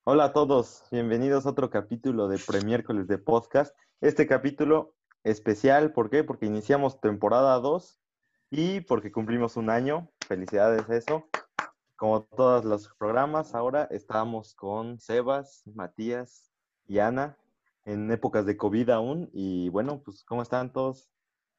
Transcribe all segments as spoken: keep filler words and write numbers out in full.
Hola a todos, bienvenidos a otro capítulo de Premiércoles de Podcast. Este capítulo especial, ¿por qué? Porque iniciamos temporada dos y porque cumplimos un año. Felicidades a eso. Como todos los programas, ahora estamos con Sebas, Matías y Ana en épocas de COVID aún. Y bueno, pues, ¿cómo están todos?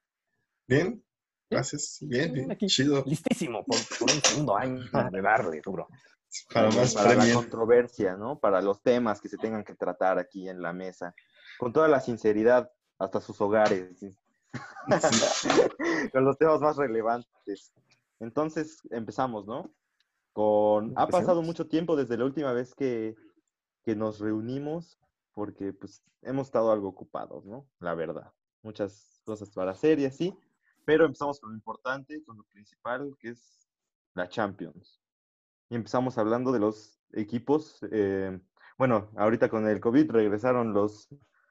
Bien, Bien, gracias. Bien, bien, bien, aquí. chido. Listísimo por, por un segundo año de darle duro. Para Muy bien, más para la Premier. controversia, ¿no? Para los temas que se tengan que tratar aquí en la mesa. Con toda la sinceridad, hasta sus hogares. ¿Sí? Sí, Con los temas más relevantes. Entonces, empezamos, ¿no? Con... Ha pasado Empecemos. mucho tiempo desde la última vez que, que nos reunimos, porque pues hemos estado algo ocupados, ¿no? La verdad. Muchas cosas para hacer y así. Pero empezamos con lo importante, con lo principal, que es la Champions. Y empezamos hablando de los equipos. Eh, bueno, ahorita con el COVID regresaron los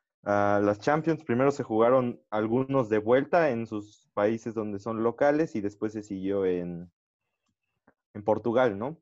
a las Champions. Primero se jugaron algunos de vuelta en sus países donde son locales y después se siguió en, en Portugal, ¿no?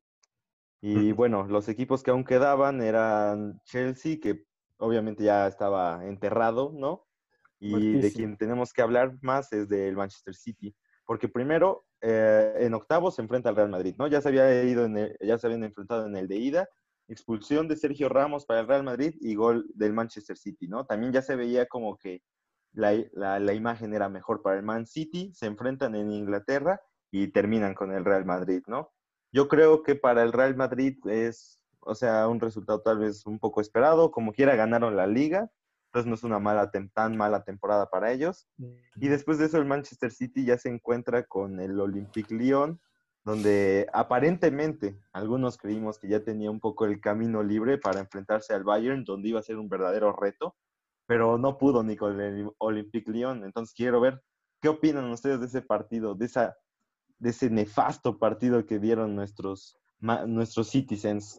Y ujú, bueno, los equipos que aún quedaban eran Chelsea, que obviamente ya estaba enterrado, ¿no? Y de Muertísimo. quien tenemos que hablar más es del Manchester City, porque primero eh, en octavos se enfrenta al Real Madrid, ¿no? Ya se había ido en el- ya se habían enfrentado en el de ida, expulsión de Sergio Ramos para el Real Madrid y gol del Manchester City, ¿no? También ya se veía como que la, la, la imagen era mejor para el Man City, se enfrentan en Inglaterra y terminan con el Real Madrid, ¿no? Yo creo que para el Real Madrid es, o sea, un resultado tal vez un poco esperado, como quiera ganaron la liga, entonces no es una mala tan mala temporada para ellos. Y después de eso el Manchester City ya se encuentra con el Olympique Lyon, donde aparentemente algunos creímos que ya tenía un poco el camino libre para enfrentarse al Bayern, donde iba a ser un verdadero reto, pero no pudo ni con el Olympique Lyon. Entonces quiero ver qué opinan ustedes de ese partido, de, esa, de ese nefasto partido que dieron nuestros, nuestros Citizens.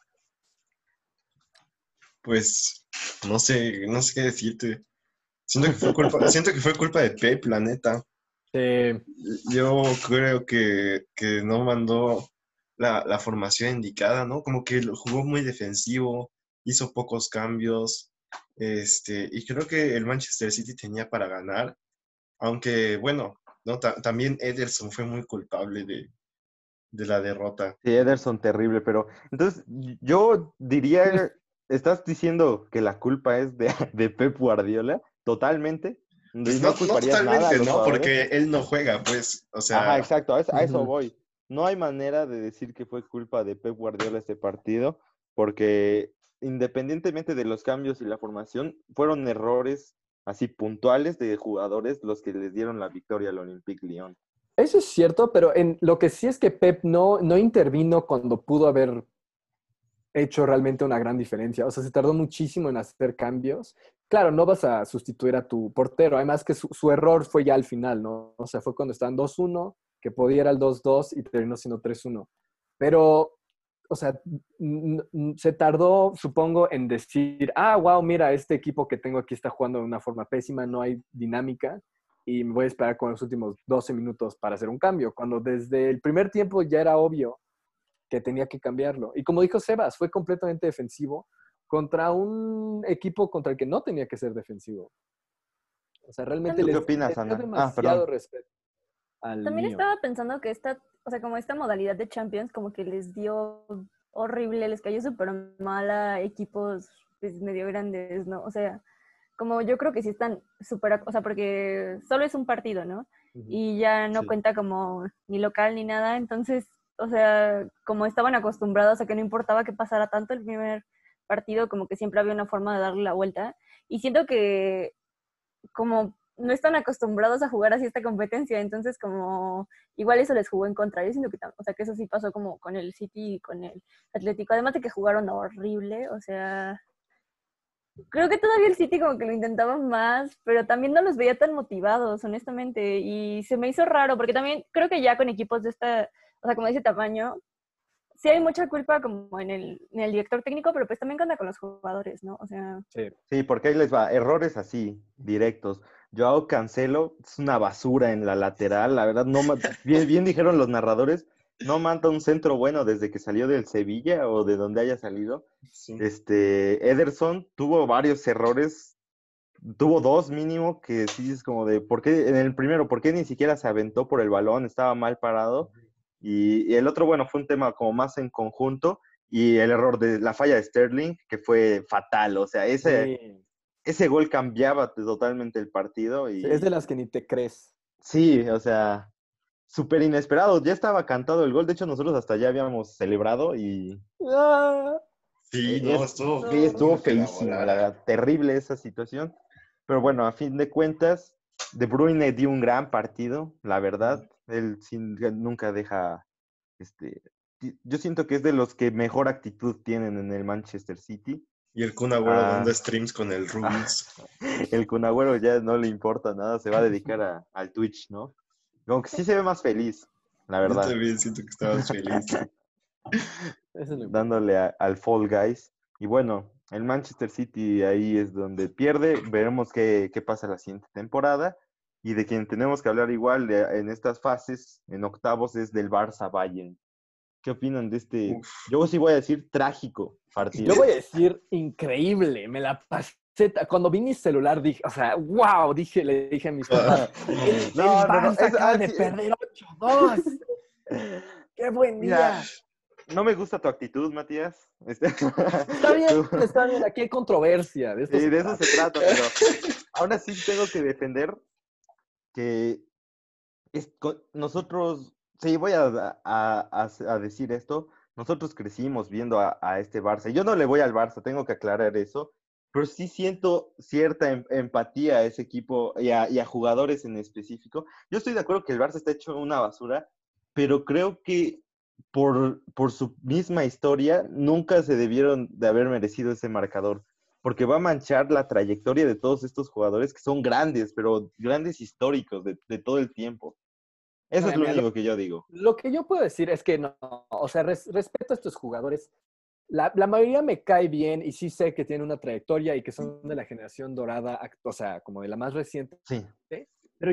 Pues no sé, no sé qué decirte. Siento que fue culpa, siento que fue culpa de Pep, la neta. Eh, Yo creo que, que no mandó la, la formación indicada, ¿no? Como que lo jugó muy defensivo, hizo pocos cambios. Este, y creo que el Manchester City tenía para ganar, aunque bueno, no, Ta- también Ederson fue muy culpable de, de la derrota. Sí, Ederson terrible, pero entonces yo diría, ¿estás diciendo que la culpa es de, de Pep Guardiola? Totalmente. ¿Y Pues no, no no culparías nada a totalmente, los ¿no? jugadores? Porque él no juega, pues, o Ajá, sea, exacto, a eso, a eso ujú. voy. No hay manera de decir que fue culpa de Pep Guardiola este partido, porque independientemente de los cambios y la formación, fueron errores así puntuales de jugadores los que les dieron la victoria al Olympique Lyon. Eso es cierto, pero en, lo que sí es que Pep no, no intervino cuando pudo haber hecho realmente una gran diferencia. O sea, se tardó muchísimo en hacer cambios. Claro, no vas a sustituir a tu portero. Además que su, su error fue ya al final, ¿no? O sea, fue cuando estaban dos uno, que podía ir al dos dos y terminó siendo tres uno. Pero, o sea, n- n- se tardó, supongo, en decir, ah, wow, mira, este equipo que tengo aquí está jugando de una forma pésima, no hay dinámica y me voy a esperar con los últimos doce minutos para hacer un cambio, cuando desde el primer tiempo ya era obvio que tenía que cambiarlo. Y como dijo Sebas, fue completamente defensivo contra un equipo contra el que no tenía que ser defensivo. O sea, realmente ¿Tú qué les, opinas, les dio Ana? Ah, demasiado perdón. respeto al También Lyon. estaba pensando que esta, o sea, como esta modalidad de Champions, como que les dio horrible, les cayó súper mal a equipos pues, medio grandes, ¿no? O sea, como yo creo que sí están súper, o sea, porque solo es un partido, ¿no? Ujú. Y ya no Sí. cuenta como ni local ni nada, entonces, o sea, como estaban acostumbrados a que no importaba que pasara tanto el primer partido, como que siempre había una forma de darle la vuelta. Y siento que como no están acostumbrados a jugar así esta competencia, entonces como igual eso les jugó en contra. Yo siento que, o sea, que eso sí pasó como con el City y con el Atlético, además de que jugaron horrible, o sea, creo que todavía el City como que lo intentaba más, pero también no los veía tan motivados, honestamente, y se me hizo raro, porque también creo que ya con equipos de esta, o sea, como de ese tamaño, sí hay mucha culpa como en el, en el director técnico, pero pues también cuenta con los jugadores, ¿no? O sea, Sí. Sí, porque ahí les va, errores así, directos. Joao Cancelo es una basura en la lateral, la verdad, no ma- bien, bien dijeron los narradores no manda un centro bueno desde que salió del Sevilla o de donde haya salido. Sí. Este, Ederson tuvo varios errores, tuvo dos mínimo que sí es como de, ¿por qué? En el primero, ¿por qué ni siquiera se aventó por el balón? Estaba mal parado. Y, y el otro, bueno, fue un tema como más en conjunto. Y el error de la falla de Sterling, que fue fatal. O sea, ese, Sí. ese gol cambiaba totalmente el partido. Sí, es de Y las que ni te crees. sí, o sea, súper inesperado. Ya estaba cantado el gol. De hecho, nosotros hasta ya habíamos celebrado y Ah, Sí, no, es, estuvo sí, estuvo bueno que la feísima, la volara. verdad. Terrible esa situación. Pero bueno, a fin de cuentas, De Bruyne dio un gran partido, la verdad. Él sin, nunca deja, este, yo siento que es de los que mejor actitud tienen en el Manchester City. Y el Kun Agüero dando Ah, streams con el ah, Rubius. el Kun Agüero ya no le importa nada, se va a dedicar a- al Twitch, ¿no? Aunque sí se ve más feliz, la Yo verdad. también siento que estabas feliz. eso es lo importante. Dándole a- al Fall Guys. Y bueno, el Manchester City ahí es donde pierde. Veremos qué, qué pasa la siguiente temporada. Y de quien tenemos que hablar igual de- en estas fases, en octavos, es del Barça Bayern. ¿Qué opinan de este, Uf. yo sí voy a decir, trágico partido? Yo voy a decir increíble, me la pasé. ta- Cuando vi mi celular dije, o sea, wow, dije, le dije a mis papás, el, el No, no, no. Barça Es, acaba ah, de sí, perder ocho dos. ¡Qué buen mira, día! no me gusta tu actitud, Matías. Este, Está bien, tú- está bien, aquí hay controversia, de esto sí, se de eso trata. se trata, pero aún así tengo que defender que es, nosotros, sí, voy a, a, a, a decir esto, nosotros crecimos viendo a, a, este Barça. Yo no le voy al Barça, tengo que aclarar eso, pero sí siento cierta em, empatía a ese equipo y a, y a jugadores en específico. Yo estoy de acuerdo que el Barça está hecho una basura, pero creo que por, por su misma historia nunca se debieron de haber merecido ese marcador, porque va a manchar la trayectoria de todos estos jugadores que son grandes, pero grandes históricos de, de todo el tiempo. Eso es Ay, lo mira, lo, único que yo digo. lo que yo puedo decir es que no, o sea, res, respeto a estos jugadores. La, la, mayoría me cae bien y sí sé que tienen una trayectoria y que son de la generación dorada, o sea, como de la más reciente, Sí. pero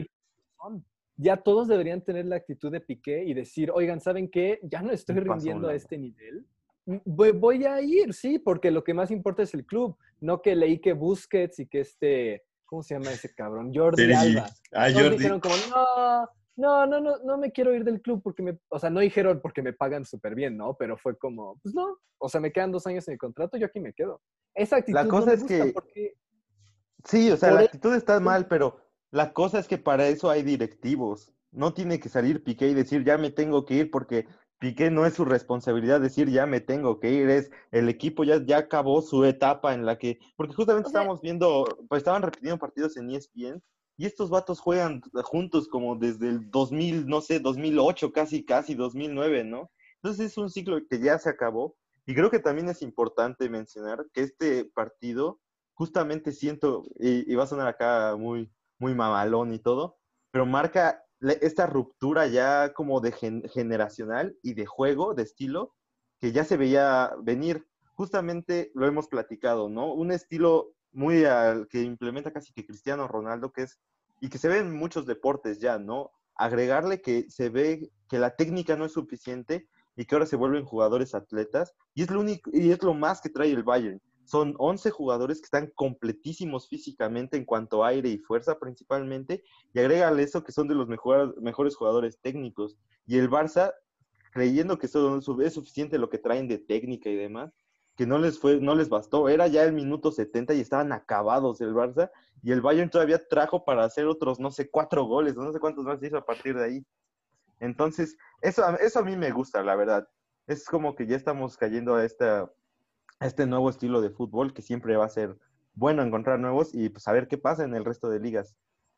ya todos deberían tener la actitud de Piqué y decir, oigan, ¿saben qué? Ya no estoy rindiendo a este nivel. Voy, voy a ir, sí, porque lo que más importa es el club, no que leí que Busquets y que este, ¿cómo se llama ese cabrón? Jordi Sergi. Alba. Ah, Todos Jordi. dijeron como, no, no, no, no, no me quiero ir del club porque me, o sea, no dijeron porque me pagan súper bien, ¿no? Pero fue como, pues no, o sea, me quedan dos años en el contrato, yo aquí me quedo. Esa La actitud no cosa me es gusta que, porque sí, o sea, la por actitud está mal, pero la cosa es que para eso hay directivos. No tiene que salir Piqué y decir, ya me tengo que ir, porque Piqué no es su responsabilidad decir, ya me tengo que ir, es el equipo ya, ya acabó su etapa en la que, porque justamente O sea, estábamos viendo, pues estaban repitiendo partidos en E S P N, y estos vatos juegan juntos como desde el dos mil, no sé, dos mil ocho, casi, casi dos mil nueve, ¿no? Entonces es un ciclo que ya se acabó, y creo que también es importante mencionar que este partido justamente siento, y, y va a sonar acá muy, muy mamalón y todo, pero marca le, esta ruptura ya como de gen, generacional y de juego, de estilo, que ya se veía venir. Justamente lo hemos platicado, ¿no? Un estilo muy al que implementa casi que Cristiano Ronaldo, que es, y que se ve en muchos deportes ya, ¿no? Agregarle que se ve que la técnica no es suficiente y que ahora se vuelven jugadores atletas, y es lo único, y es lo más que trae el Bayern. Son once jugadores que están completísimos físicamente en cuanto a aire y fuerza principalmente, y agrégale eso que son de los mejor, mejores jugadores técnicos. Y el Barça, creyendo que eso es suficiente lo que traen de técnica y demás, que no les fue, no les bastó. Era ya el minuto setenta y estaban acabados el Barça, y el Bayern todavía trajo para hacer otros, no sé, cuatro goles, no sé cuántos más hizo a partir de ahí. Entonces, eso, eso a mí me gusta, la verdad. Es como que ya estamos cayendo a esta este nuevo estilo de fútbol que siempre va a ser bueno encontrar nuevos y pues a ver qué pasa en el resto de ligas.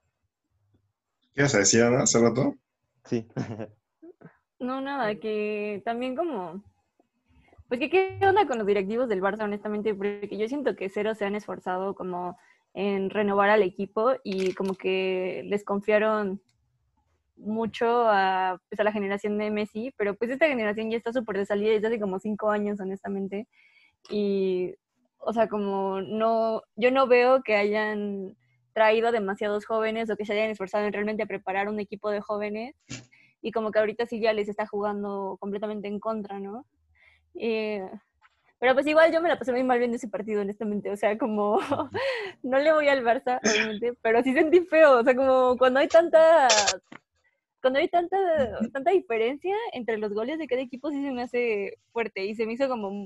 ¿Qué ibas a decir, Ana, hace rato? Sí. No, nada, que también como... Pues que qué onda con los directivos del Barça, honestamente, porque yo siento que cero se han esforzado como en renovar al equipo y como que les confiaron mucho a, pues, a la generación de Messi, pero pues esta generación ya está súper de salida desde hace como cinco años, honestamente. Y, o sea, como no, yo no veo que hayan traído demasiados jóvenes o que se hayan esforzado en realmente preparar un equipo de jóvenes y como que ahorita sí ya les está jugando completamente en contra, ¿no? Eh, pero pues igual yo me la pasé muy mal viendo ese partido, honestamente, o sea, como no le voy al Barça, obviamente, pero sí sentí feo, o sea, como cuando hay tanta cuando hay tanta, tanta diferencia entre los goles de cada equipo, sí se me hace fuerte y se me hizo como,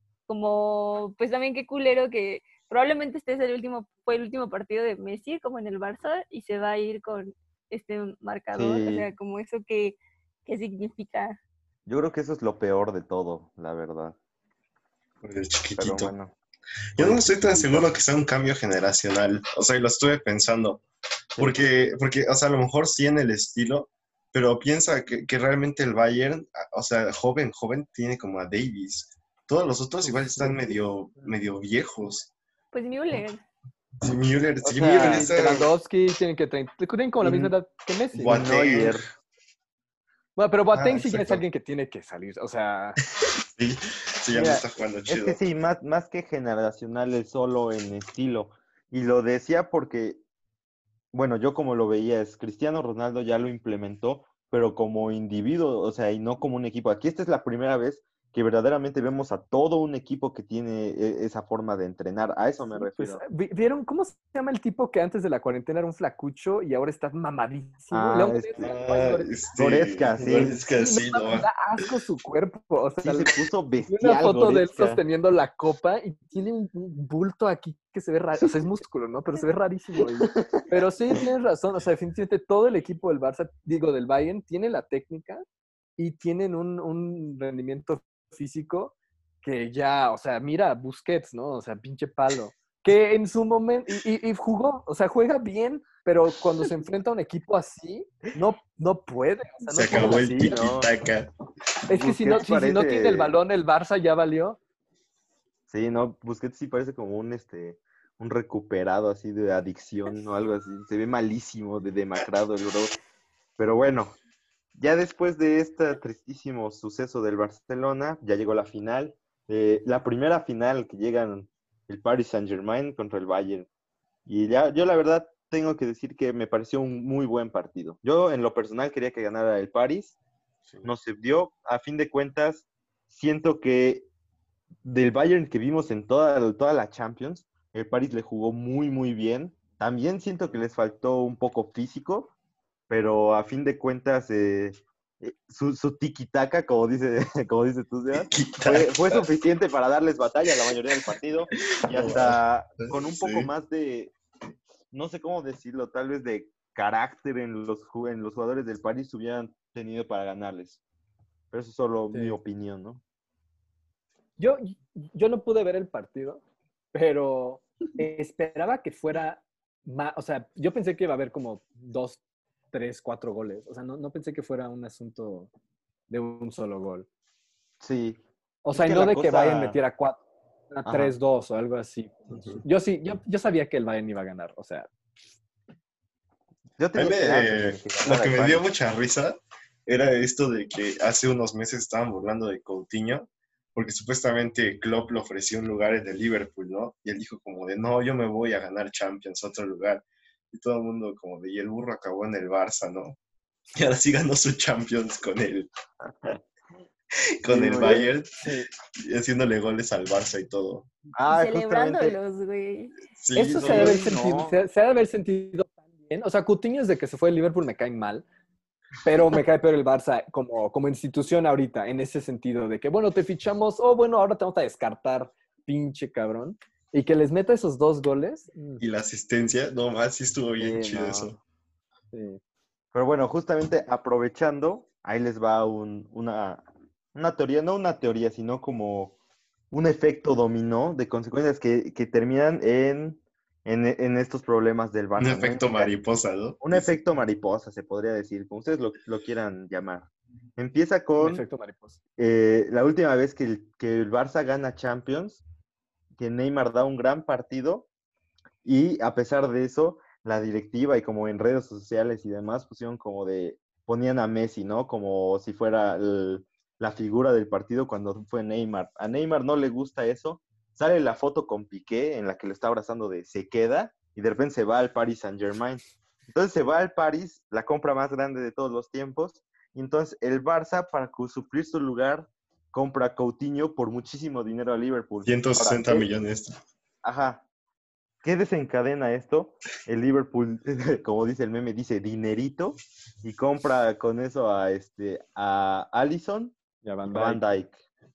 como pues también qué culero que probablemente este es el último, fue el último partido de Messi como en el Barça y se va a ir con este marcador, o Sí, sea, como eso que, que significa. yo creo que eso es lo peor de todo, la verdad. Por el Pero chiquitito. bueno, Yo por no el estoy tan chiquitito. seguro que sea un cambio generacional. O sea, y lo estuve pensando. Porque, porque, o sea, a lo mejor sí en el estilo, pero piensa que, que realmente el Bayern, o sea, joven, joven, tiene como a Davis. Todos los otros igual Pues, están medio, medio viejos. Pues Müller. Sí, Müller, O sí, Müller sea, y está... Lewandowski tienen que trein- tienen como la misma Y edad que Messi. y Boateng. Neuer. Bueno, pero Ah, Boateng sí ya es exacto. alguien que tiene que salir. O sea, Sí, sí, ya no Mira, está jugando es que chido. sí, más, más que generacional es solo en estilo. Y lo decía porque, bueno, yo como lo veía es Cristiano Ronaldo ya lo implementó, pero como individuo, o sea, y no como un equipo. Aquí esta es la primera vez que verdaderamente vemos a todo un equipo que tiene e- esa forma de entrenar. A eso me sí, pues, refiero. vi- ¿vieron cómo se llama el tipo que antes de la cuarentena era un flacucho y ahora está mamadísimo? Ah, León este, Goretzka, Juan Ah, Goretzka. este, Goretzka, sí. Goretzka, Sí, no sí, mames, no. da asco su cuerpo. O sea, Sí se puso vi una bestial foto de él Goretzka. sosteniendo la copa y tiene un, un bulto aquí que se ve raro. O sea, es músculo, ¿no? Pero se ve rarísimo. Y, pero sí, tienes razón. O sea, definitivamente todo el equipo del Barça, digo, del Bayern, tiene la técnica y tienen un, un rendimiento físico que ya, o sea, mira, Busquets, ¿no? O sea, pinche palo. Que en su momento, y, y, y jugó, o sea, juega bien, pero cuando se enfrenta a un equipo así, no, no puede, o sea, Se no tiene acabó la el Sí, técnica. no. tiki-taka. Es que si no, Busquets si, si no tiene el parece, balón, el Barça ya valió. sí, no, Busquets sí parece como un este, un recuperado así de adicción o algo así. Se ve malísimo, de demacrado el bro. Pero bueno, ya después de este tristísimo suceso del Barcelona, ya llegó la final. Eh, la primera final que llegan el Paris Saint-Germain contra el Bayern. Y ya, yo la verdad tengo que decir que me pareció un muy buen partido. Yo en lo personal quería que ganara el Paris, Sí. no se dio. A fin de cuentas, siento que del Bayern que vimos en toda, toda la Champions, el Paris le jugó muy, muy bien. También siento que les faltó un poco físico, pero a fin de cuentas, eh, eh, su, su tiki-taka, como dice, como dices tú, Sebas, fue, fue Tiki-taka. suficiente para darles batalla la mayoría del partido y No, hasta con un poco sí. más de, no sé cómo decirlo, tal vez de carácter en los, ju- en los jugadores del París hubieran tenido para ganarles. Pero eso es solo mi Sí. opinión, ¿no? Yo, yo no pude ver el partido, pero esperaba que fuera más, o sea, yo pensé que iba a haber como dos, tres, cuatro goles. O sea, no, no pensé que fuera un asunto de un solo gol. Sí, O es sea, y que no la de que Bayern cosa, metiera cuatro, a ajá, tres dos o algo así. Ujú. Yo sí, yo, yo sabía que el Bayern iba a ganar. O sea, yo A mí tenía esperanzas me, en que lo ganara que el me dio París. mucha risa era esto de que hace unos meses estaban burlando de Coutinho, porque supuestamente Klopp le ofreció un lugar en el Liverpool, ¿no? Y él dijo como de, no, yo me voy a ganar Champions a otro lugar. Y todo el mundo como de, y el burro acabó en el Barça, ¿no? Y ahora sí ganó su Champions con el, con Sí, el muy bien. Bayern, sí. y haciéndole goles al Barça y todo. Y Ah, justamente, celebrándolos, güey. Sí, Eso no se ha de haber sí, manches. sentido, no. se, se ha de haber sentido tan bien. O sea, Coutinho desde que se fue de Liverpool me cae mal, pero me cae peor el Barça como, como institución ahorita, en ese sentido de que, bueno, te fichamos, oh, bueno, ahora te vamos a descartar, pinche cabrón. Y que les meta esos dos goles. mm, Y la asistencia, no más, sí estuvo bien Sí, chido no. eso. sí. Pero bueno, justamente aprovechando, ahí les va un- una, una teoría, no una teoría, sino como un efecto dominó de consecuencias que, que terminan en, en, en estos problemas del Un Barça, ¿no? En efecto que mariposa, ¿no? un Dice. efecto mariposa, se podría decir, como ustedes lo, lo quieran llamar. Empieza Un con efecto mariposa. eh, la última vez que el, que el Barça gana Champions, que Neymar da un gran partido y a pesar de eso, la directiva y como en redes sociales y demás pusieron como de, ponían a Messi, ¿no? Como si fuera el- la figura del partido cuando fue Neymar. A Neymar no le gusta eso. Sale la foto con Piqué en la que lo está abrazando de se queda y de repente se va al Paris Saint-Germain. Entonces se va al Paris, la compra más grande de todos los tiempos, Y entonces el Barça, para cu- suplir su lugar, compra a Coutinho por muchísimo dinero a Liverpool. ciento sesenta Ahora, ¿qué? millones. Ajá. ¿Qué desencadena esto? El Liverpool, como dice el meme, dice dinerito y compra con eso a este a Alisson Ya Van y a Van Dijk. Dijk.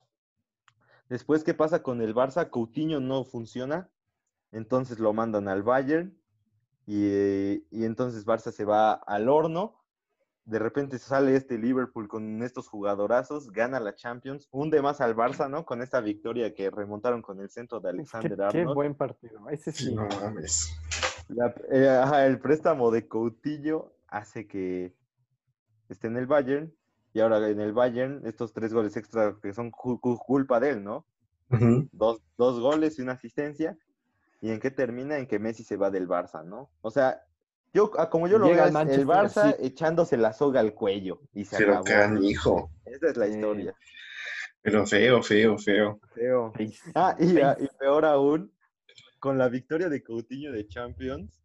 Después, ¿qué pasa con el Barça? Coutinho no funciona, entonces lo mandan al Bayern y, eh, y entonces Barça se va al horno. De repente sale este Liverpool con estos jugadorazos, gana la Champions, hunde más al Barça, ¿no? Con esta victoria que remontaron con el centro de Uf, qué, Alexander qué Arnold. buen partido. Ese Sí, sí. no mames. La- eh, ajá, el préstamo de Coutinho hace que esté en el Bayern y ahora en el Bayern estos tres goles extra que son cu- cu- culpa de él, ¿no? Ujú. Dos, dos goles y una asistencia. ¿Y en qué termina? En que Messi se va del Barça, ¿no? O sea, yo, ah, como yo lo Llega veo, al es el Manchester Barça City. echándose la soga al cuello y se Pero acabó. canijo. Esa es la Eh, historia. Pero feo, feo, feo. Feo. Feísimo, Ah, y, ah, y feísimo. peor aún, con la victoria de Coutinho de Champions,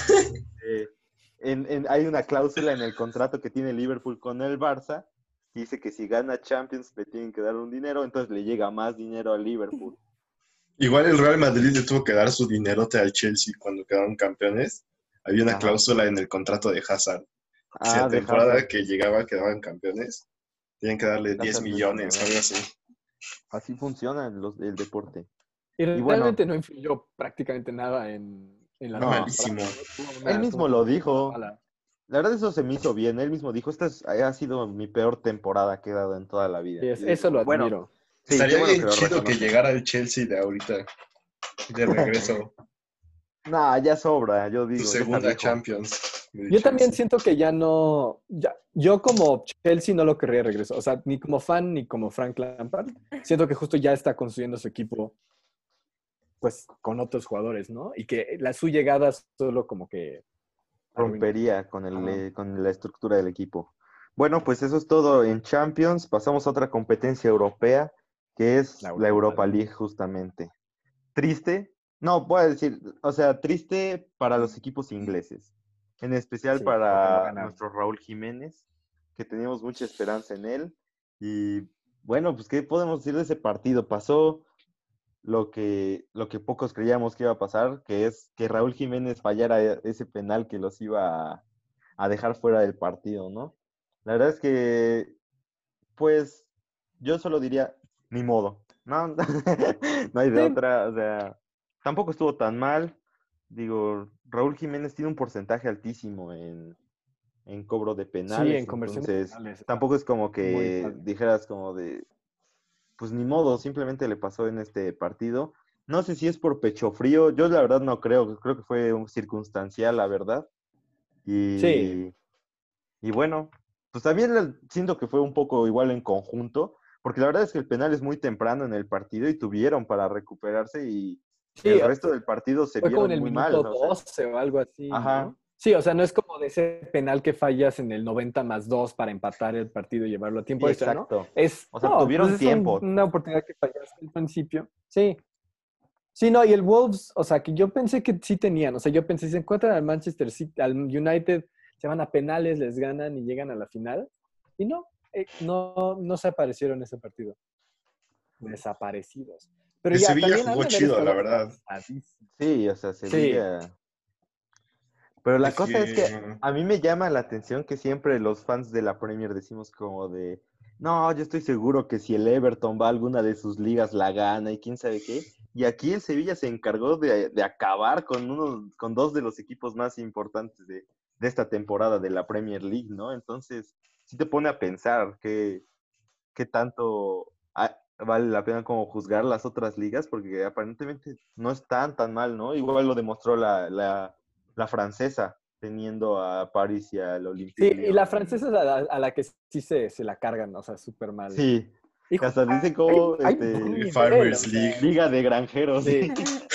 eh, en, en- hay una cláusula en el contrato que tiene Liverpool con el Barça, que dice que si gana Champions le tienen que dar un dinero, entonces le llega más dinero a Liverpool. Igual el Real Madrid le tuvo que dar su dinerote al Chelsea cuando quedaron campeones. Había una Ajá. cláusula en el contrato de Hazard. Si Ah, la de temporada Hazard. que llegaba quedaban campeones, tenían que darle diez Hazard les millones, ganaba. algo así. Así funciona los, el deporte. Y Y bueno, realmente no influyó prácticamente nada en, en la No. Malísimo. temporada, ¿no? Tuvo una- él mismo tuvo lo una dijo. mala. La verdad eso se me hizo bien. Él mismo dijo, esta es- ha sido mi peor temporada que he dado en toda la vida. Sí, es- Y eso digo, lo bueno, admiro. sí, qué Estaría bueno que bien lo chido que reconoce. llegara el Chelsea de ahorita, de regreso, Nah, ya sobra, yo su digo, ya está segunda viejo. Champions. del Yo también Chelsea. siento que ya no, ya, yo como Chelsea no lo querría regresar, o sea, ni como fan ni como Frank Lampard, siento que justo ya está construyendo su equipo, pues, con otros jugadores, ¿no? Y que la, su llegada solo como que arruina. Rompería con, el, Ajá. eh, con la estructura del equipo. Bueno, pues eso es todo en Champions. Pasamos a otra competencia europea, que es La la Europa Europa League. League, justamente. Triste, no, voy a decir, o sea, triste para los equipos ingleses, en especial Sí, porque no para ganaron. nuestro Raúl Jiménez, que teníamos mucha esperanza en él. Y bueno, pues, ¿qué podemos decir de ese partido? Pasó lo que, lo que pocos creíamos que iba a pasar, que es que Raúl Jiménez fallara ese penal que los iba a, a dejar fuera del partido, ¿no? La verdad es que, pues, yo solo diría, ni modo, ¿no? No hay de Sí. otra, o sea, tampoco estuvo tan mal. Digo, Raúl Jiménez tiene un porcentaje altísimo en, en cobro de Sí, penales, en conversión de entonces penales. está tampoco es como muy que padre. dijeras como de, pues ni modo, simplemente le pasó en este partido. No sé si es por pecho frío, yo la verdad no creo, creo que fue un circunstancial, la verdad. Sí, Y, y bueno, pues también la- siento que fue un poco igual en conjunto, porque la verdad es que el penal es muy temprano en el partido y tuvieron para recuperarse y el sí, o resto sea, del partido se fue como en vieron el muy mal, minuto o sea, doce o algo así, ajá, ¿no? Sí, o sea, no es como de ese penal que fallas en el noventa más dos para empatar el partido y llevarlo a tiempo sí, extra, ¿no? exacto. Es, O sea, no, pues tuvieron es un- tiempo. una oportunidad que fallaste al principio. Sí. Sí, no, y el Wolves, o sea, que yo pensé que sí tenían, o sea, yo pensé, si se encuentran al Manchester City, al United, se van a penales, les ganan y llegan a la final. Y no, eh, no, no se aparecieron en ese partido. Desaparecidos. Pero El ya, Sevilla también han jugó de haber chido, estado la verdad. cansadísimos. Sí, o sea, Sí, Sevilla. Pero la Es cosa es que que a mí me llama la atención que siempre los fans de la Premier decimos como de, no, yo estoy seguro que si el Everton va a alguna de sus ligas la gana y quién sabe qué. Y aquí el Sevilla se encargó de, de acabar con uno, con dos de los equipos más importantes de, de esta temporada de la Premier League, ¿no? Entonces, sí te pone a pensar qué, qué tanto ah, vale la pena como juzgar las otras ligas, porque aparentemente no están tan mal, ¿no? Igual lo demostró la, la, la francesa, teniendo a París y al sí, Olympique y la Lyon. francesa es a la, a la que sí se, se la cargan, o sea, súper mal. Sí, Hijo, hasta dicen hay, como hay buen este, nivel, Farmers o League. sea, liga de granjeros. sí.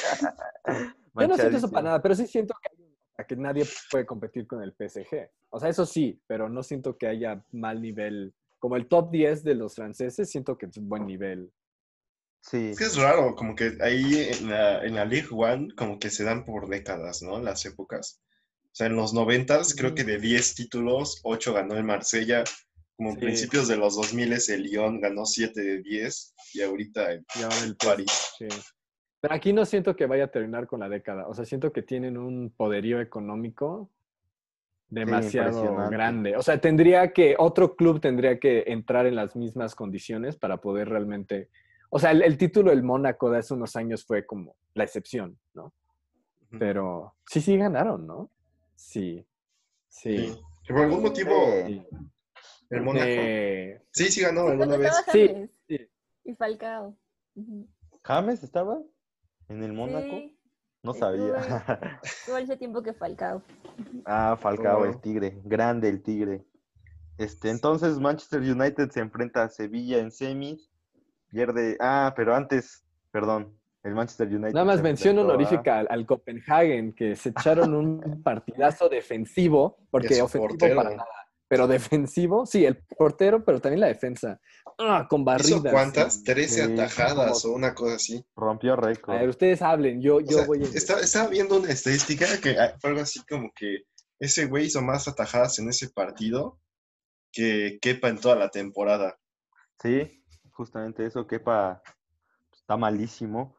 Yo no siento eso para Manchadísimo. nada, pero sí siento que, hay- que nadie puede competir con el P S G. O sea, eso sí, pero no siento que haya mal nivel. Como el top diez de los franceses, siento que es un buen nivel. Sí, Es que es raro, como que ahí en la, en la League One, como que se dan por décadas, ¿no? Las épocas. O sea, en los noventas, creo que de diez títulos, ocho ganó el Marsella, como Sí. principios de los dos mil el Lyon ganó siete de diez y ahorita el Y ahora el París. P S G, sí. Pero aquí no siento que vaya a terminar con la década. O sea, siento que tienen un poderío económico demasiado impresionante. grande. O sea, tendría que, otro club tendría que entrar en las mismas condiciones para poder realmente. O sea, el, el título del Mónaco de hace unos años fue como la excepción, ¿no? Pero sí, sí ganaron, ¿no? Sí, Sí. sí. Que por algún motivo sí. el Mónaco. Eh, Sí, sí ganó Sí, alguna cuando estaba vez. sí, James sí. y Falcao. Ujú. ¿James estaba en el Mónaco? Sí, No estuvo, sabía. estuvo al ese tiempo que Falcao. Ah, Falcao, el Oh, tigre. Grande el tigre. Este, entonces Manchester United se enfrenta a Sevilla en semis. Pierde. Ah, pero antes, perdón. El Manchester Nada United se más mención enfrentó a. honorífica al, al Copenhagen, que se echaron un partidazo defensivo, y a porque su ofensivo para portero. nada, pero defensivo, sí, el portero, pero también la defensa. Ah, con ¿Hizo barridas. cuántas? y- trece Sí, como, atajadas o una cosa así. rompió a ver, récord. ustedes hablen, yo, O sea, yo voy a está- investigar. estaba viendo una estadística que ah, fue algo así como que ese güey hizo más atajadas en ese partido que Kepa en toda la temporada. Sí, justamente eso. Kepa está malísimo.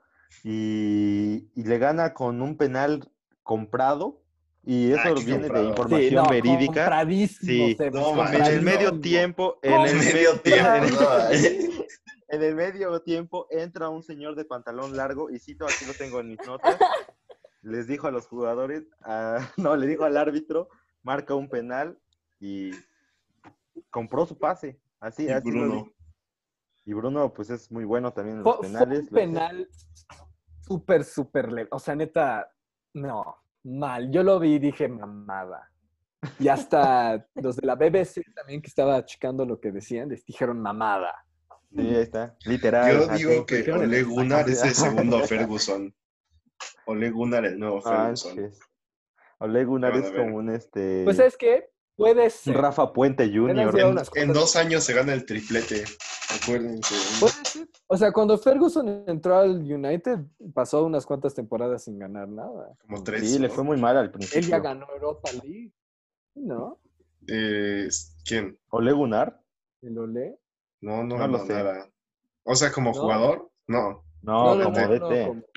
Y, y le gana con un penal comprado. Y Ah, eso qué viene de comprado. Sí, información no, verídica. compradísimo, Sí, Sebas, No co- en el manches, no. medio compradísimo. tiempo, en el En medio medio, tiempo, en, no. en el medio tiempo entra un señor de pantalón largo y cito, aquí lo tengo en mis notas, les dijo a los jugadores, a- no, le dijo al árbitro, marca un penal y compró su pase, así, Y así lo Bruno. dijo. Y Bruno, pues es muy bueno también en los Fue, fue penales. un Lo hace. penal súper, súper leve. O sea, neta, no, mal. Yo lo vi y dije, mamada. Y hasta los de la B B C también que estaba checando lo que decían, les dijeron mamada. Sí, ahí está, literal, Yo así. digo Lo que dijeron en Ole español. Gunnar Así. es el segundo Ferguson. Ole Gunnar, el nuevo Ferguson. Sánchez. Ole Ya Gunnar van a es ver. como un Pues, este, ¿sabes qué? Puede un ser. Rafa Puente Apenas junior lleva En, unas en cuantas dos años temporadas. se gana el triplete. Acuérdense. Puede ser. O sea, cuando Ferguson entró al United, pasó unas cuantas temporadas sin ganar nada. Como Sí, tres, le ¿no? fue muy mal al Él ya principio. ganó Europa League, ¿no? Eh, ¿quién? Ole Gunnar, El Olé, No, no no lo ganó sé. nada. O sea, como ¿no? jugador, no. No, No, no, como no, no, no, D T. como...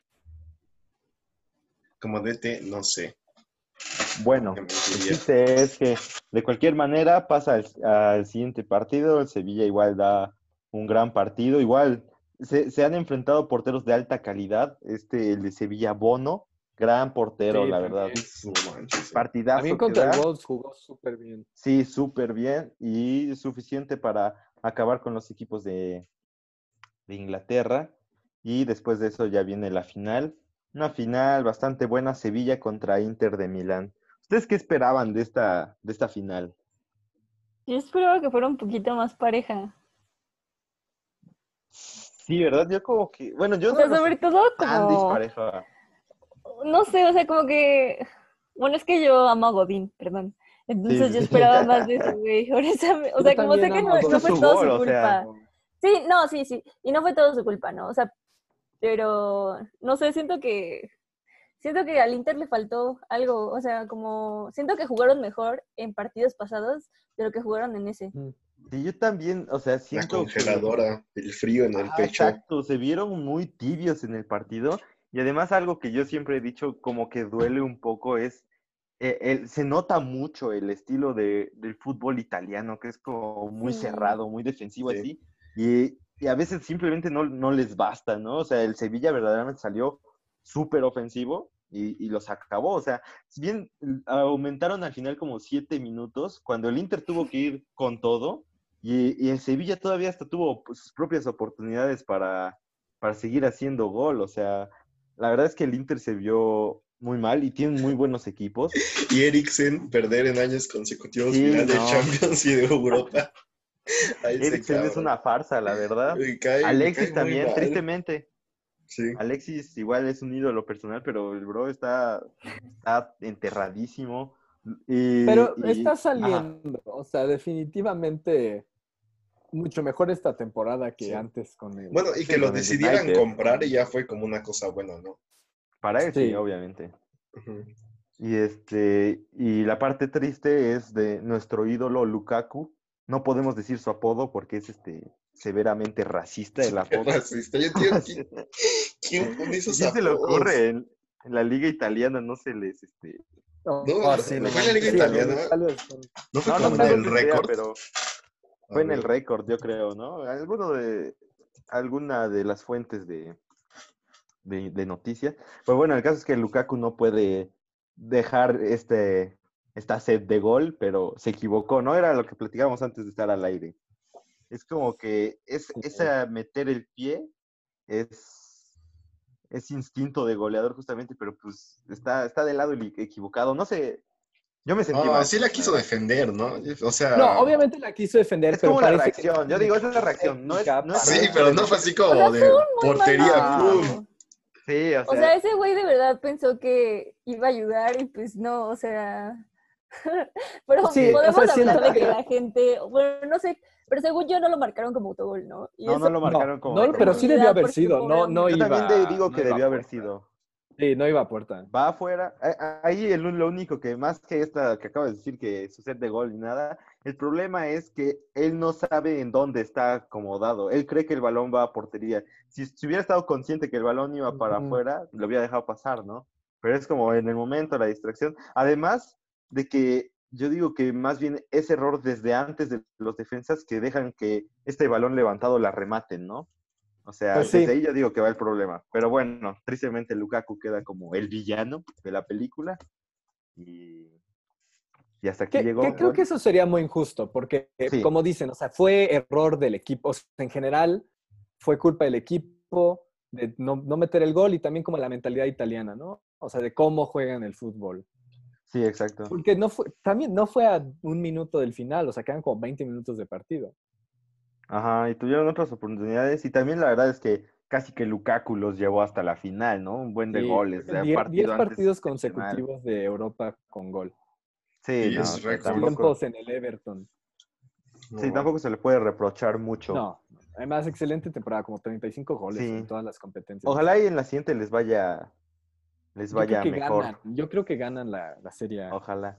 Como D T, no sé. Bueno, Me el mentiría. chiste es que de cualquier manera pasa al, al siguiente partido. El Sevilla igual da un gran partido. Igual se, se han enfrentado porteros de alta calidad. Este, el de Sevilla, Bono, gran portero, Sí, la verdad. también. No manches. eh. También Partidazo que contra el da. Wolves jugó súper bien. Sí, súper bien y suficiente para acabar con los equipos de, de Inglaterra. Y después de eso ya viene la final. Una final bastante buena, Sevilla contra Inter de Milán. ¿Ustedes qué esperaban de esta, de esta final? Yo esperaba que fuera un poquito más pareja. Sí, ¿verdad? Yo como que, bueno, yo O no sea, lo sobre sentí todo tan como, dispareja. no sé, o sea, como que, bueno, es que yo amo a Godín, perdón. Sí, Entonces sí, yo sí. esperaba más de ese güey. Honestamente, o Yo sea, como sé también que amo no, a Es que no es fue su Godín. todo gol, su o sea, culpa. Sí, no, sí, sí. Y no fue todo su culpa, ¿no? O sea, pero, no sé, siento que, siento que al Inter le faltó algo. O sea, como, siento que jugaron mejor en partidos pasados de lo que jugaron en ese. Mm. sí, yo también, o sea, La siento que congeladora, el frío en el ajá, pecho. exacto, se vieron muy tibios en el partido y además algo que yo siempre he dicho como que duele un poco es, eh, el- se nota mucho el estilo de, del fútbol italiano, que es como muy Sí. cerrado, muy defensivo Sí. así, y, y a veces simplemente no, no les basta, ¿no? O sea, el Sevilla verdaderamente salió súper ofensivo y, y los acabó, o sea, si bien mm, aumentaron al final como siete minutos, cuando el Inter tuvo que ir con todo, y, y el Sevilla todavía hasta tuvo pues, sus propias oportunidades para, para seguir haciendo gol. O sea, la verdad es que el Inter se vio muy mal y tienen muy buenos equipos. Y Eriksen perder en años consecutivos Sí, final de no. Champions y de Europa. Ahí se Eriksen es cabrón. una farsa, la verdad. Me cae, me cae Alexis muy también, mal. tristemente. Sí. Alexis igual es un ídolo personal, pero el bro está, está enterradísimo. Pero Y, está y- ajá, saliendo, o sea, definitivamente mucho mejor esta temporada que Sí. antes con él. Bueno, y que sí, lo con el decidieran United. comprar y ya fue como una cosa buena, ¿no? Para él sí, Sí, obviamente. Ujú. Y este, y la parte triste es de nuestro ídolo Lukaku, no podemos decir su apodo porque es este severamente racista el apodo. Racista. Yo entiendo quién, quién pone ¿Y esos quién se le apodos. ocurre? En, en la liga italiana no se les, este... No, No, oh, no, sí, no no fue en la manches. liga Sí, italiana. tal vez son- ¿No fue No, no como sé en el dónde sea, récord? pero A fue en el ver. récord, yo creo, ¿no? Alguno de, alguna de las fuentes de, de, de noticias. Pues bueno, el caso es que Lukaku no puede dejar este, esta sed de gol, pero se equivocó, ¿no? Era lo que platicábamos antes de estar al aire. Es como que es, esa meter el pie es, es instinto de goleador justamente, pero pues está, está de lado y equivocado. No sé, yo me sentí No, mal, sí la la quiso verdad. defender, ¿no? O No, sea, obviamente la quiso defender, Es pero como la parece que no reacción, yo tiene digo, esa es la reacción, no es, técnica no es sí, el para- hecho pero de no fue meter... así O como sea, fue de un muy mal portería, Ah, ¡pum! momento. Sí, o O sea, sea, ese güey de verdad pensó que iba a ayudar y pues no, o sea... Pero Sí, o podemos sea, siento hablar de que que... la gente, bueno, no sé, pero según yo no lo marcaron como autogol, ¿no? Y no, no eso lo No, marcaron como no, da pero sí autogol. debió tranquilidad haber porque sido. pobre No, no Yo hombre. también de- iba, digo no que iba debió a haber puerta. sido. Sí, no iba a puerta. Va afuera. a- Ahí el, lo único que más que esta que acabo de decir que su set de gol y nada, el problema es que él no sabe en dónde está acomodado. Él cree que el balón va a portería. Si, si hubiera estado consciente que el balón iba para Ujú. afuera, lo hubiera dejado pasar, ¿no? Pero es como en el momento, la distracción. Además de que yo digo que más bien es error desde antes de los defensas que dejan que este balón levantado la rematen, ¿no? O sea, Pues desde sí. ahí yo digo que va el problema. Pero bueno, tristemente Lukaku queda como el villano de la película. Y, y hasta aquí Que, llegó. que creo que Bueno, eso sería muy injusto, porque, eh, sí, como dicen, o sea, fue error del equipo. O sea, en general, fue culpa del equipo de no, no meter el gol y también como la mentalidad italiana, ¿no? O sea, de cómo juegan el fútbol. sí, exacto. Porque no fue, también no fue a un minuto del final, o sea, quedan como veinte minutos de partido. Ajá, y tuvieron otras oportunidades. Y también la verdad es que casi que Lukaku los llevó hasta la final, ¿no? Un buen de Sí, goles. creo que De un die- diez partido antes partidos excepcional. consecutivos de Europa con gol. Sí, Y no, es o sea, récord. tampoco, Tiempos en el Everton. sí, No. tampoco se le puede reprochar mucho. No, además, excelente temporada, como treinta y cinco goles en Sí. todas las competencias. Ojalá y en la siguiente les vaya, les Yo creo vaya que mejor. ganan, yo creo que ganan la, la serie. A. Ojalá.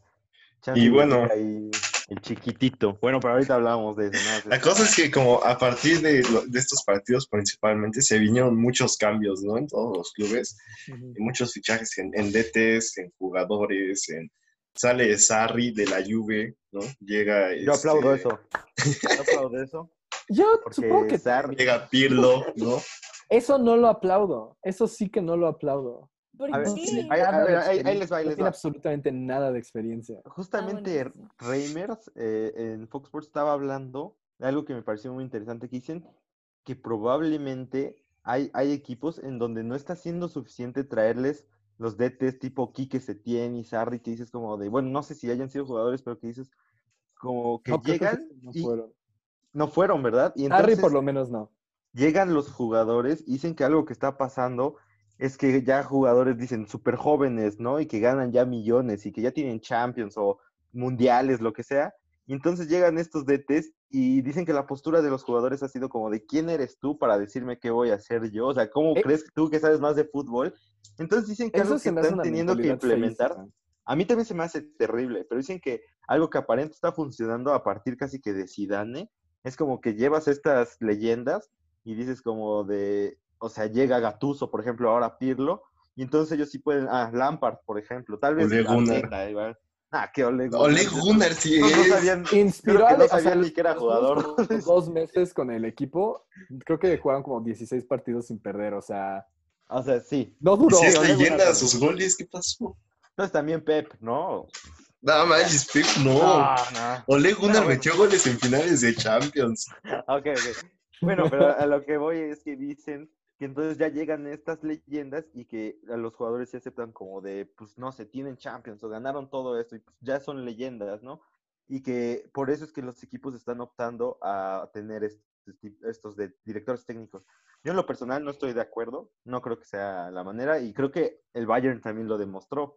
Y Chance y les bueno, llega ahí el chiquitito. Bueno, pero ahorita hablábamos de eso, nada más es la cosa para... es que como a partir de, lo- de estos partidos principalmente se vinieron muchos cambios, ¿no? En todos los clubes, Ujú. y muchos fichajes en, en D Ts, en jugadores, en sale Sarri de la Juve, ¿no? Llega Yo aplaudo este, eso. Yo aplaudo eso. Yo supongo Porque que Sarri... llega Pirlo, ¿no? eso no lo aplaudo. Eso sí que no lo aplaudo. ¿Por A ver, No tiene qué? ahí, a nada de ver, ahí- ahí experiencia. les va, ahí No les tiene va. absolutamente nada de experiencia. Ah, bueno, Justamente eso sí. Reimers eh, en Fox Sports estaba hablando de algo que me pareció muy interesante, que dicen que probablemente hay, hay equipos en donde no está siendo suficiente traerles los D Ts tipo Quique Setién y Sarri, que dices como de, bueno, no sé si hayan sido jugadores, pero que dices como que No, creo que llegan no y fueron. no fueron, ¿verdad? Y Harry por entonces lo menos no. llegan los jugadores y dicen que algo que está pasando es que ya jugadores dicen súper jóvenes, ¿no? Y que ganan ya millones y que ya tienen Champions o mundiales, lo que sea. Y entonces llegan estos D Ts y dicen que la postura de los jugadores ha sido como de ¿quién eres tú para decirme qué voy a hacer yo? O sea, ¿cómo Eh, crees tú que sabes más de fútbol? Entonces dicen que Eso algo que se me hace están una teniendo que mentalidad implementar, feísima. a mí también se me hace terrible, pero dicen que algo que aparente está funcionando a partir casi que de Zidane, es como que llevas estas leyendas y dices como de, o sea, llega Gattuso, por ejemplo, ahora Pirlo, y entonces ellos sí pueden, ah, Lampard, por ejemplo, tal vez Ole Gunnar. Arteta, igual. Ah, qué Ole Ole Gunnar. Gunnar sí No, no es. sabían, yo Inspiró creo que a, no o sea, sabían los, ni que era los primeros jugador. como dos meses con el equipo, creo que jugaron como dieciséis partidos sin perder, o sea, O sea, sí. no Y duró. si es Ole Gunnar leyenda también. sus goles, ¿qué pasó? Entonces también Pep, ¿no? Nada más, Pep, no. No, no. Ole Bueno, Gunnar bueno. metió goles en finales de Champions. Ok, ok. Bueno, pero a lo que voy es que dicen que entonces ya llegan estas leyendas y que a los jugadores se aceptan como de, pues no sé, tienen Champions o ganaron todo esto y pues ya son leyendas, ¿no? Y que por eso es que los equipos están optando a tener estos, estos de directores técnicos. Yo en lo personal no estoy de acuerdo, no creo que sea la manera y creo que el Bayern también lo demostró.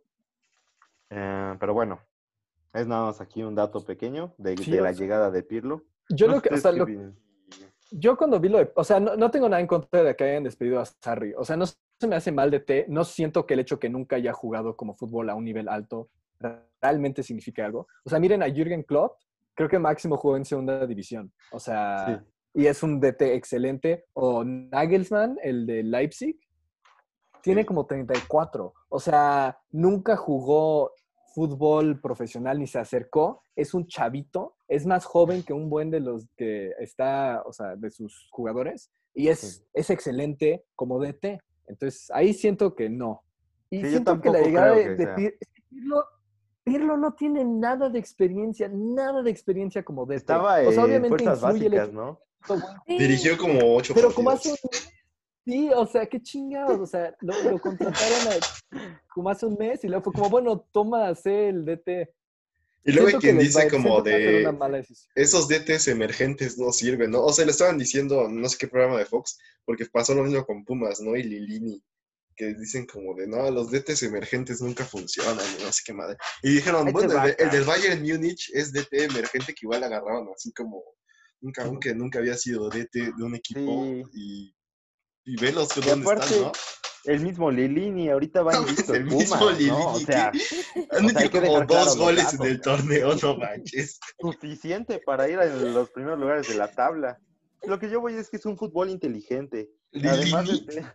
Eh, pero bueno, es nada más aquí un dato pequeño de, Sí, de o la sea, llegada de Pirlo. yo No sé lo que, o ustedes sea, qué lo, opinan. yo cuando vi lo de, o sea, no, no tengo nada en contra de que hayan despedido a Sarri, o sea, no se me hace mal de té, no siento que el hecho que nunca haya jugado como fútbol a un nivel alto realmente signifique algo. O sea, miren a Jürgen Klopp, creo que Máximo jugó en segunda división. O sea, Sí. y es un D T excelente. O Nagelsmann, el de Leipzig, tiene Sí. como treinta y cuatro. O sea, nunca jugó fútbol profesional ni se acercó. Es un chavito. Es más joven que un buen de los que está, o sea, de sus jugadores. Y es, Sí. es excelente como D T. Entonces, ahí siento que no. Y Sí, yo siento que la tampoco llegada creo de, que de sea. Pir- es que Pirlo, Pirlo no tiene nada de experiencia, nada de experiencia como D T. Estaba O sea, en obviamente fuerzas influye el básicas, hecho ¿no? de buen Dirigió Sí, como ocho pero como hace partidos. un mes, sí, o sea, qué chingados, o sea, lo, lo contrataron a- como hace un mes y luego fue como, bueno, toma, sé el D T. Y luego hay Siento que quien les va, dice como siento que va a ser una de mala decisión. esos D Ts emergentes no sirven, ¿no? O sea, le estaban diciendo, no sé qué programa de Fox, porque pasó lo mismo con Pumas, ¿no? Y Lilini, que dicen como de, no, los D Ts emergentes nunca funcionan, y no sé qué madre. Y dijeron, Ahí te bueno, el, va, de- el del cabrón. Bayern Múnich es D T emergente que igual agarraron así como un cabrón que nunca había sido D T de un equipo Sí. y, y velos Y dónde están, ¿no? aparte, el mismo Lilini ahorita va invicto El en mismo Pumas, ¿no? O Lilini que sea, han o sea, hay metido que como dejar claros dos los goles en datos, el cabrón. torneo, no manches. Suficiente para ir en los primeros lugares de la tabla. Lo que yo voy es que es un fútbol inteligente. Además, Lilini. este...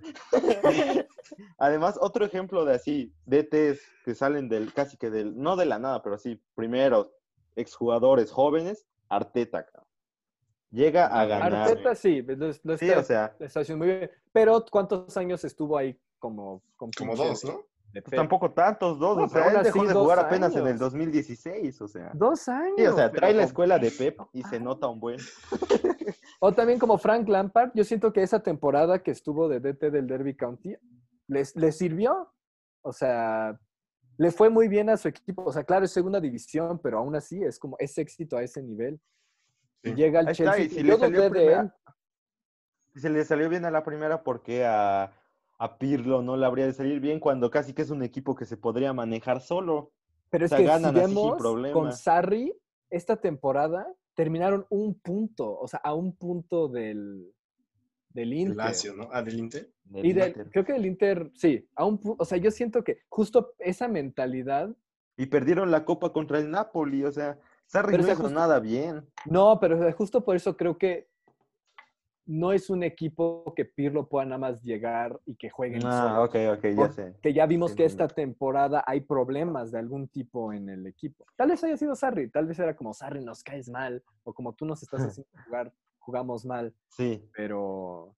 Además, otro ejemplo de así, D Ts que salen del, casi que del, no de la nada, pero así, primeros exjugadores jóvenes, Arteta, cabrón. Llega a Ah, bueno, ganar. Arteta sí, lo, lo Sí, o está, sea, lo está haciendo muy bien, pero ¿cuántos años estuvo ahí como con como pinche dos, de, ¿no? de pues Pep? tampoco tantos, dos, o No, pero sea, aún él dejó así, de dos jugar apenas en el años. dos mil dieciséis, o sea. Dos Sí, o años, sea, trae pero la con escuela de Pep Pep. y se nota un buen. O también como Frank Lampard, yo siento que esa temporada que estuvo de D T del Derby County les, les sirvió. O sea, le fue muy bien a su equipo. O sea, claro, es segunda división, pero aún así es como es éxito a ese nivel. Y Sí. llega al Ahí está, Chelsea, y si que le yo salió dudé de primera, él, si se le salió bien a la primera, ¿por qué a, a Pirlo no le habría de salir bien cuando casi que es un equipo que se podría manejar solo? pero O es sea, que si ganan así sin vemos con problema. Sarri, esta temporada terminaron un punto, o sea, a un punto del, del El Inter. Lazio, ¿no? Ah, del Inter. Del Y del, Inter. creo que del Inter, sí, a un pu- o sea, yo siento que justo esa mentalidad, Y perdieron la copa contra el Napoli, o sea, Sarri pero o no sea, hizo justo, nada bien. no, pero o sea, justo por eso creo que no es un equipo que Pirlo pueda nada más llegar y que jueguen Ah, solos. ok, ok, ya sé. Porque ya Sí, vimos que entendí. esta temporada hay problemas de algún tipo en el equipo. Tal vez haya sido Sarri, tal vez era como Sarri nos caes mal, o como tú nos estás haciendo jugar, jugamos mal, Sí. pero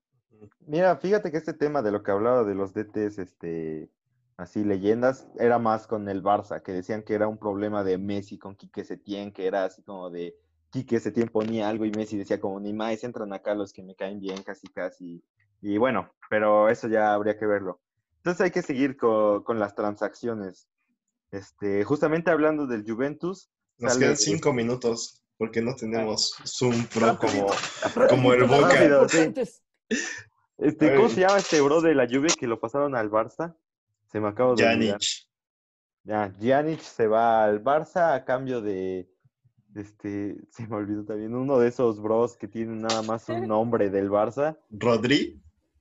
Mira, fíjate que este tema de lo que hablaba de los D Ts, este, así leyendas, era más con el Barça, que decían que era un problema de Messi con Quique Setién, que era así como de Quique Setién ponía algo y Messi decía como ni más entran acá los que me caen bien, casi casi. Y bueno, pero eso ya habría que verlo. Entonces hay que seguir co- con las transacciones. Este, justamente hablando del Juventus, Nos quedan sale cinco este, minutos porque no tenemos Zoom Pro como, rapidito, como el rapidito, las más Boca. rápido, sí. importantes. A Este, ¿cómo ver, se llama este bro de la Juve que lo pasaron al Barça? Se me acaba de olvidar. Pjanic. Ya, Pjanic se va al Barça a cambio de, este, se me olvidó también, uno de esos bros que tienen nada más un nombre del Barça. Rodri.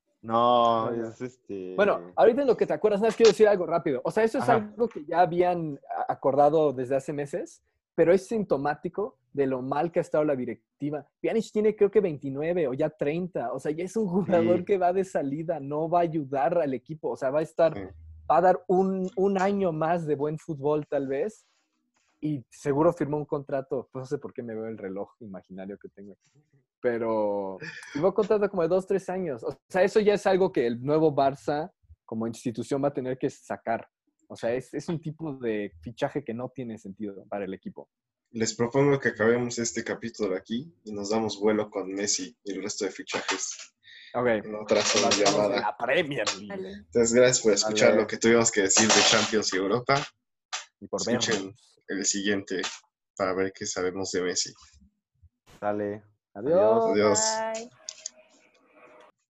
No, No, no. es este... Bueno, ahorita en lo que te acuerdas, nada más quiero decir algo rápido. O sea, eso es Ajá, algo que ya habían a- acordado desde hace meses, pero es sintomático de lo mal que ha estado la directiva. Pjanic tiene creo que veintinueve o ya treinta. O sea, ya es un jugador sí, que va de salida, no va a ayudar al equipo. O sea, va a estar, Sí. va a dar un, un año más de buen fútbol tal vez. Y seguro firmó un contrato, pues no sé por qué me veo el reloj imaginario que tengo aquí, pero firmó un contrato como de dos, tres años. O sea, eso ya es algo que el nuevo Barça como institución va a tener que sacar. O sea, es, es un tipo de fichaje que no tiene sentido para el equipo. Les propongo que acabemos este capítulo aquí y nos damos vuelo con Messi y el resto de fichajes Ok, en otra zona ahora hablamos de llamada. la Premier League. Vale. Entonces, gracias por escuchar dale, lo que tuvimos que decir de Champions y Europa. Y por Escuchen vernos. el siguiente para ver qué sabemos de Messi. dale, Adiós. adiós. Adiós. Bye.